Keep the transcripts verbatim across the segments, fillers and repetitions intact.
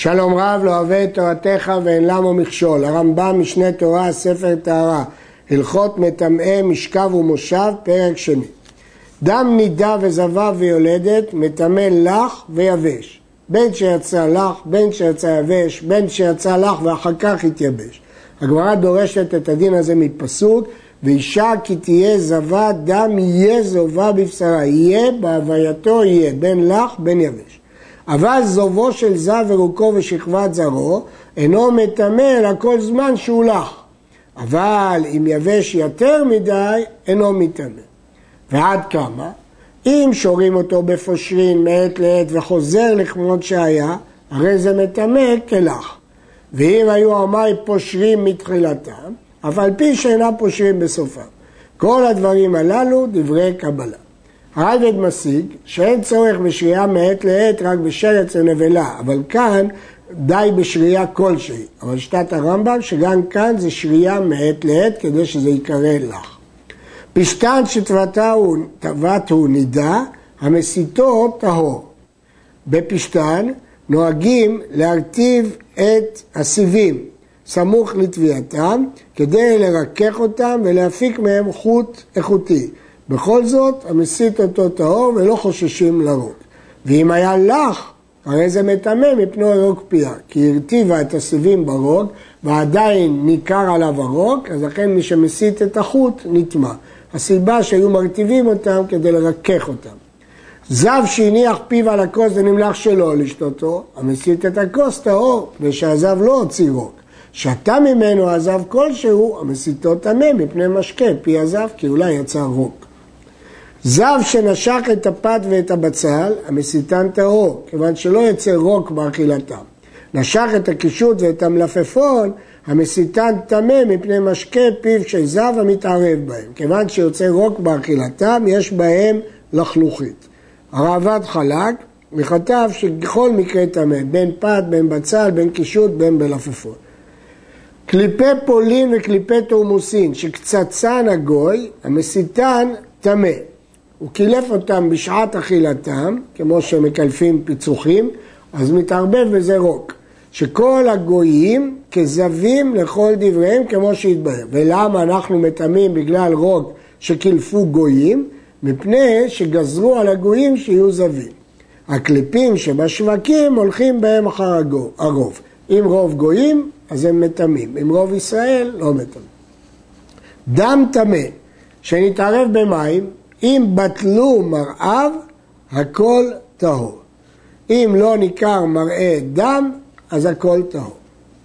שלום רב לא אוהב את תורתך ואין למו מכשול. הרמב"ם משנה תורה ספר טהרה הלכות מטמאי משכב ומושב פרק שני. דם נידה וזבה ויולדת מטמא לח ויבש, בין שיצא לח, בין שיצא יבש, בין שיצא לח ואחר כך יתייבש. הגמרא דורשת את הדין הזה מפסוק, ואישה כי תהיה זבה דם יהיה זובה בבשרה, יהיה בהווייתו יהיה בין לח בין יבש. אבל זובו של זב ורוקו ושכבת זרו אינו מטמא אלא כל זמן שהוא לח. אבל אם יבש יותר מדי אינו מטמא. ועד כמה? אם שורים אותו בפושרין מעת לעת וחוזר לכמות שהיה, הרי זה מטמא כלח. ואם היו המים פושרים מתחילתם, אף על פי שאינם פושרים בסופם. כל הדברים הללו דברי קבלה. הרייבד משיג שאין צורך בשריעה מעת לעת רק בשרץ ונבלה, אבל כאן די בשריעה כלשהי. אבל שיטת הרמב"ם שגם כאן זה שריעה מעת לעת כדי שזה יקרא לך. פשטן שטבעת הוא נידה, המסיתו טהור. בפשטן נוהגים להרטיב את הסיבים סמוך לטביעתם כדי לרכך אותם ולהפיק מהם חוט איכותי. בכל זאת המסית אותו טהור ולא חוששים לרוג. ואם היה לח, הרי זה מטמא מפני הרוג פיה, כי הרטיבה את הסיבים ברוג ועדיין ניכר עליו הרוג, אז לכן מי שמסית את החוט נטמא. הסיבה שהיו מרטיבים אותם כדי לרכך אותם. זב שהניח פיו על הכוס ונמלח שלא לשתותו, המסית את הכוס טהור, ושהזב לא הוציא רוג. שתה ממנו הזב כלשהו, המסיתו טמא מפני משקה פי הזב, כי אולי יצא רוג. זב שנשך את הפת ואת הבצל, המסיתן טהור, כיוון שלא יצא רוג באכילתם. נשך את הקישוט ואת המלפפון, המסיתן טמא מפני משקה פיו של זב המתערב בהם. כיוון שיוצא רוג באכילתם, יש בהם לחלוכית. הרעב"ד חלק וכתב שכל מקרה טמא, בין פת, בין בצל, בין קישוט, בין בלפפון. קליפי פולין וקליפי תורמוסין שקצצן הגוי, המסיתן טמא. הוא קילף אותם בשעת אכילתם, כמו שמקלפים פיצוחים, אז מתערבב בזה רוג. שכל הגויים כזבים לכל דבריהם כמו שהתברר. ולמה אנחנו מטמאים בגלל רוג שקילפו גויים? מפני שגזרו על הגויים שיהיו זבים. הקליפים שבשווקים הולכים בהם אחר הרוב. אם רוב גויים, אז הם מטמאים. אם רוב ישראל, לא מטמאים. דם טמא שנתערב במים, אם בטלו מראיו, הכל טהור. אם לא ניכר מראה דם, אז הכל טהור.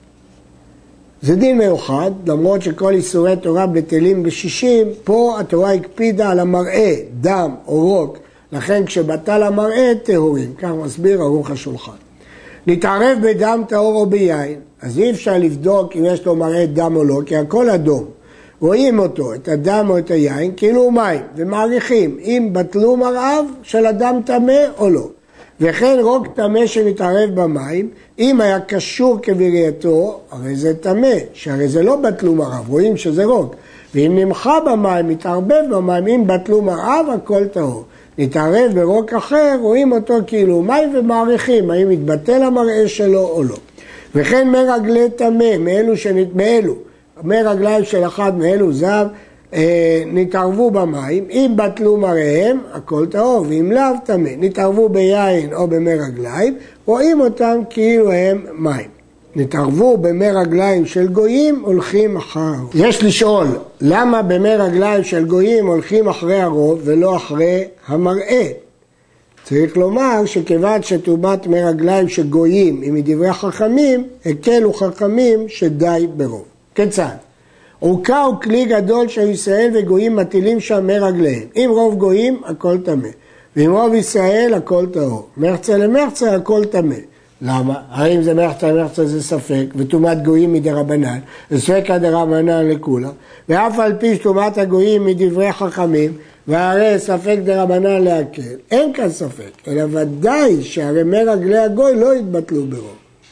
זה דין מיוחד, למרות שכל איסורי תורה בטלים בשישים, פה התורה הקפידה על המראה, דם או רוג, לכן כשבטל המראה טהורים, כך מסביר ערוך השולחן. נתערב בדם טהור או ביין, אז אי אפשר לבדוק אם יש לו מראה דם או לא, כי הכל אדום. רואים אותו, את הדם או את היין, כאילו הוא מים, ומעריכים אם בטלו מראיו של הדם טמא או לא. וכן רוג טמא שמתערב במים, אם היה קשור כבירייתו, הרי זה טמא, שהרי זה לא בטלו מראיו, רואים שזה רוג. ואם נמחה במים, מתערבב במים, אם בטלו מראיו, הכל טהור. נתערב ברוג אחר, רואים אותו כאילו מים ומעריכים, האם מתבטל המראה שלו או לא. וכן מרגלי טמא, מאלו שנתמאלו, מרגליים של אחד מאלו זב, אה, נתערבו במים, אם בטלו מראיהם, הכל טהור, ואם לאו טמא, נתערבו ביין או במי רגליים, רואים אותם כאילו הם מים. נתערבו במי רגליים של גויים, הולכים אחר הרוב. יש לשאול, למה במי רגליים של גויים הולכים אחרי הרוב ולא אחרי המראה? צריך לומר שכיוון שטומאת מי רגליים של גויים, אם מדברי חכמים, הקלו חכמים שדי ברוב. כיצד? עורקה הוא כלי גדול של ישראל וגויים מטילים שם מי רגליהם. אם רוב גויים, הכל טמא. ואם רוב ישראל, הכל טהור. מחצה למחצה, הכל טמא. למה? האם זה מחצה למחצה זה ספק, וטומאת גויים מדרבנן, וספקא דרבנן לכולה. ואף על פי שטומאת הגויים מדברי חכמים, והרי ספק דרבנן להקל. אין כאן ספק, אלא ודאי שהרי מי רגלי הגוי לא יתבטלו ברוב.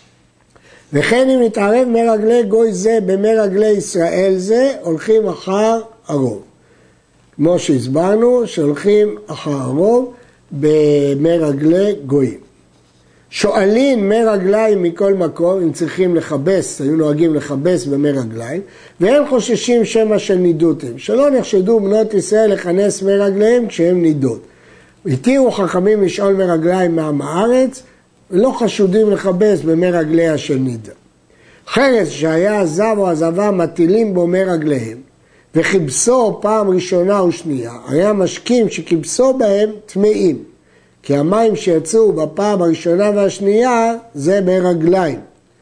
וכן אם נתערב מרגלי גוי זה במרגלי ישראל זה, הולכים אחר הרוב. כמו שהסברנו, שהולכים אחר הרוב במרגלי גויים. שואלים מי רגליים מכל מקום, אם צריכים לחבס, היו נוהגים לחבס במי רגליים, והם חוששים שמא של נידות הם, שלא נחשדו בנות ישראל לכנס מי רגליהם כשהם נידות. התירו חכמים לשאול מי רגליים מעם הארץ, ולא חשודים לחבס במי רגליה של נידה. חרס שהיה הזב או הזבה מטילים בו מי רגליהם, וכיבסו פעם ראשונה או שנייה, הרי המשקים שכיבסו בהם טמאים. כי המים שיצאו בפעם הראשונה והשנייה זה ברגליים.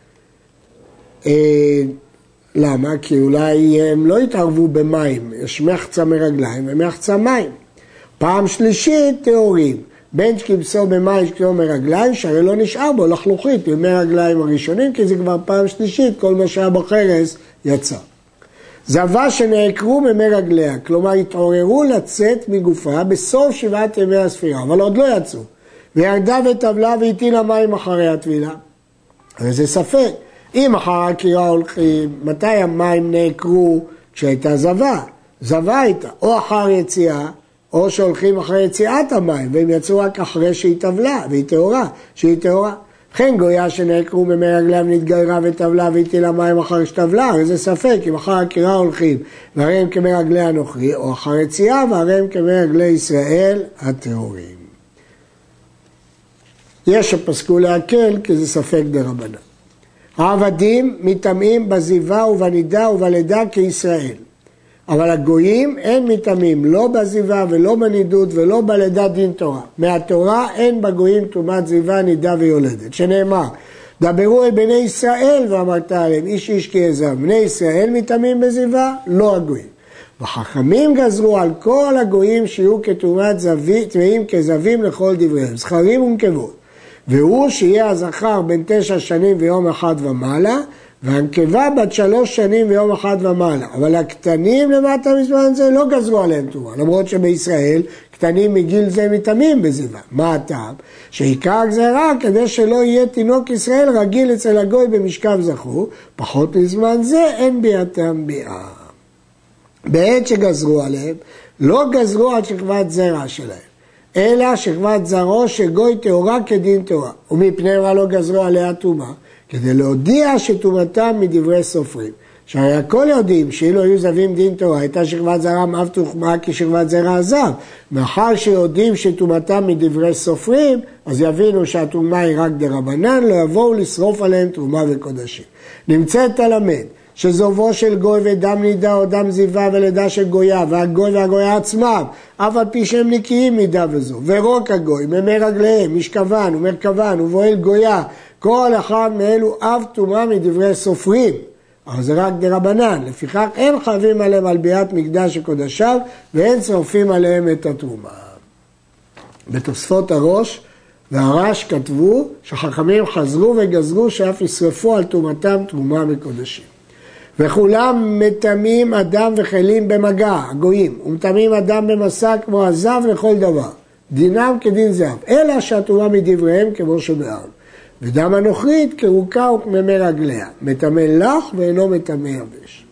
אה, למה? כי אולי הם לא התערבו במים, יש מחצה מרגליים ומחצה מים. פעם שלישית טהורים, בין שכיבסו במים שכיבסו מרגליים, שהרי לא נשאר בו לחלוכית במי רגליים הראשונים, כי זה כבר פעם שלישית, כל מה שהיה בחרס יצא. זבה שנעקרו ממי רגליה, כלומר התעוררו לצאת מגופה בסוף שבעת ימי הספירה, אבל עוד לא יצאו. וירדה וטבלה והטילה מים אחרי הטבילה. אבל זה ספק. אם אחר העקירה הולכים, מתי המים נעקרו? כשהייתה זבה. זבה הייתה, או אחר יציאה, או שהולכים אחרי יציאת המים, והם יצאו רק אחרי שהיא טבלה, והיא טהורה, שהיא טהורה. לכן גויה שנעקרו ממי רגליהם נתגיירה וטבלה והטילה מים אחר שטבלה, הרי זה ספק, אם אחר עקירה הולכים, והרי הם כמי רגלי הנוכרי, או אחר יציאה, והרי הם כמי רגלי ישראל הטהורים. יש שפסקו להקל, כי זה ספק דרבנן. העבדים מטמאים בזיווה ובנידה ובלידה כישראל. אבל הגויים אין מטמאים, לא בזיווה ולא בנידות ולא בלידה דין תורה. מהתורה אין בגויים טומאת זיווה, נידה ויולדת. שנאמר, דברו אל בני ישראל ואמרת עליהם, איש איש כי יזם. בני ישראל מטמאים בזיווה, לא הגויים. וחכמים גזרו על כל הגויים שיהיו כטומאת זבים, טמאים כזבים לכל דבריהם, זכרים ונקבות. והוא שיהיה הזכר בין תשע שנים ויום אחד ומעלה, והנקבה בת שלוש שנים ויום אחד ומעלה. אבל הקטנים למטה מזמן זה לא גזרו עליהם תרומה, למרות שבישראל קטנים מגיל זה מטמאים בזיווה. מה הטעם? שעיקר הגזרה כדי שלא יהיה תינוק ישראל רגיל אצל הגוי במשכב זכור, פחות מזמן זה אין ביאתם ביאה. בעת שגזרו עליהם, לא גזרו על שכבת זרע שלהם, אלא שכבת זרעו שגוי טהורה כדין תורה. ומפני מה לא גזרו עליה טומאה? כדי להודיע שטומאתם מדברי סופרים. שהרי הכל יודעים שאילו היו זבים דין תורה, הייתה שכבת זרעם אף תוחמאה כשכבת זרע הזב. מאחר שיודעים שטומאתם מדברי סופרים, אז יבינו שהטומאה היא רק דרבנן, לא יבואו לשרוף עליהם תרומה וקודשים. נמצאת תלמד שזובו של גוי ודם נידה או דם זיווה ולידה של גויה, והגוי והגויה עצמם, אף על פי שהם נקיים נידה וזו, ורוק הגוי, ממי רגליהם, משכבן ומרכבן ובועל גויה, כל אחד מאלו אף טומאה מדברי סופרים, אבל זה רק דרבנן, לפיכך אין חייבים עליהם על ביאת מקדש וקודשיו, ואין שורפים עליהם את התרומה. בתוספות הראש והרש כתבו שחכמים חזרו וגזרו שאף ישרפו על טומאתם תרומה מקודשים. וכולם מטמאים אדם וכלים במגע, הגויים, ומטמאים אדם במסע כמו הזב לכל דבר, דינם כדין זב, אלא שהטומאה מדבריהם כמו שבארם. ודם הנוכרית כרוקה וכממי רגליה, מטמא לך ואינו מטמא יבש.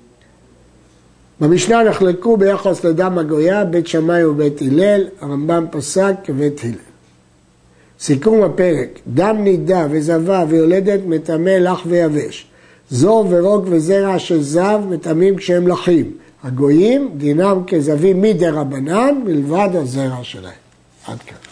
במשנה נחלקו ביחס לדם הגויה, בית שמאי ובית הלל, הרמב"ם פסק כבית הלל. סיכום הפרק, דם נידה וזבה ויולדת מטמא לך ויבש. זור ורוק וזרע של זב מטמאים כשהם לחים. הגויים דינם כזבים מדי רבנן מלבד הזרע שלהם. עד כאן.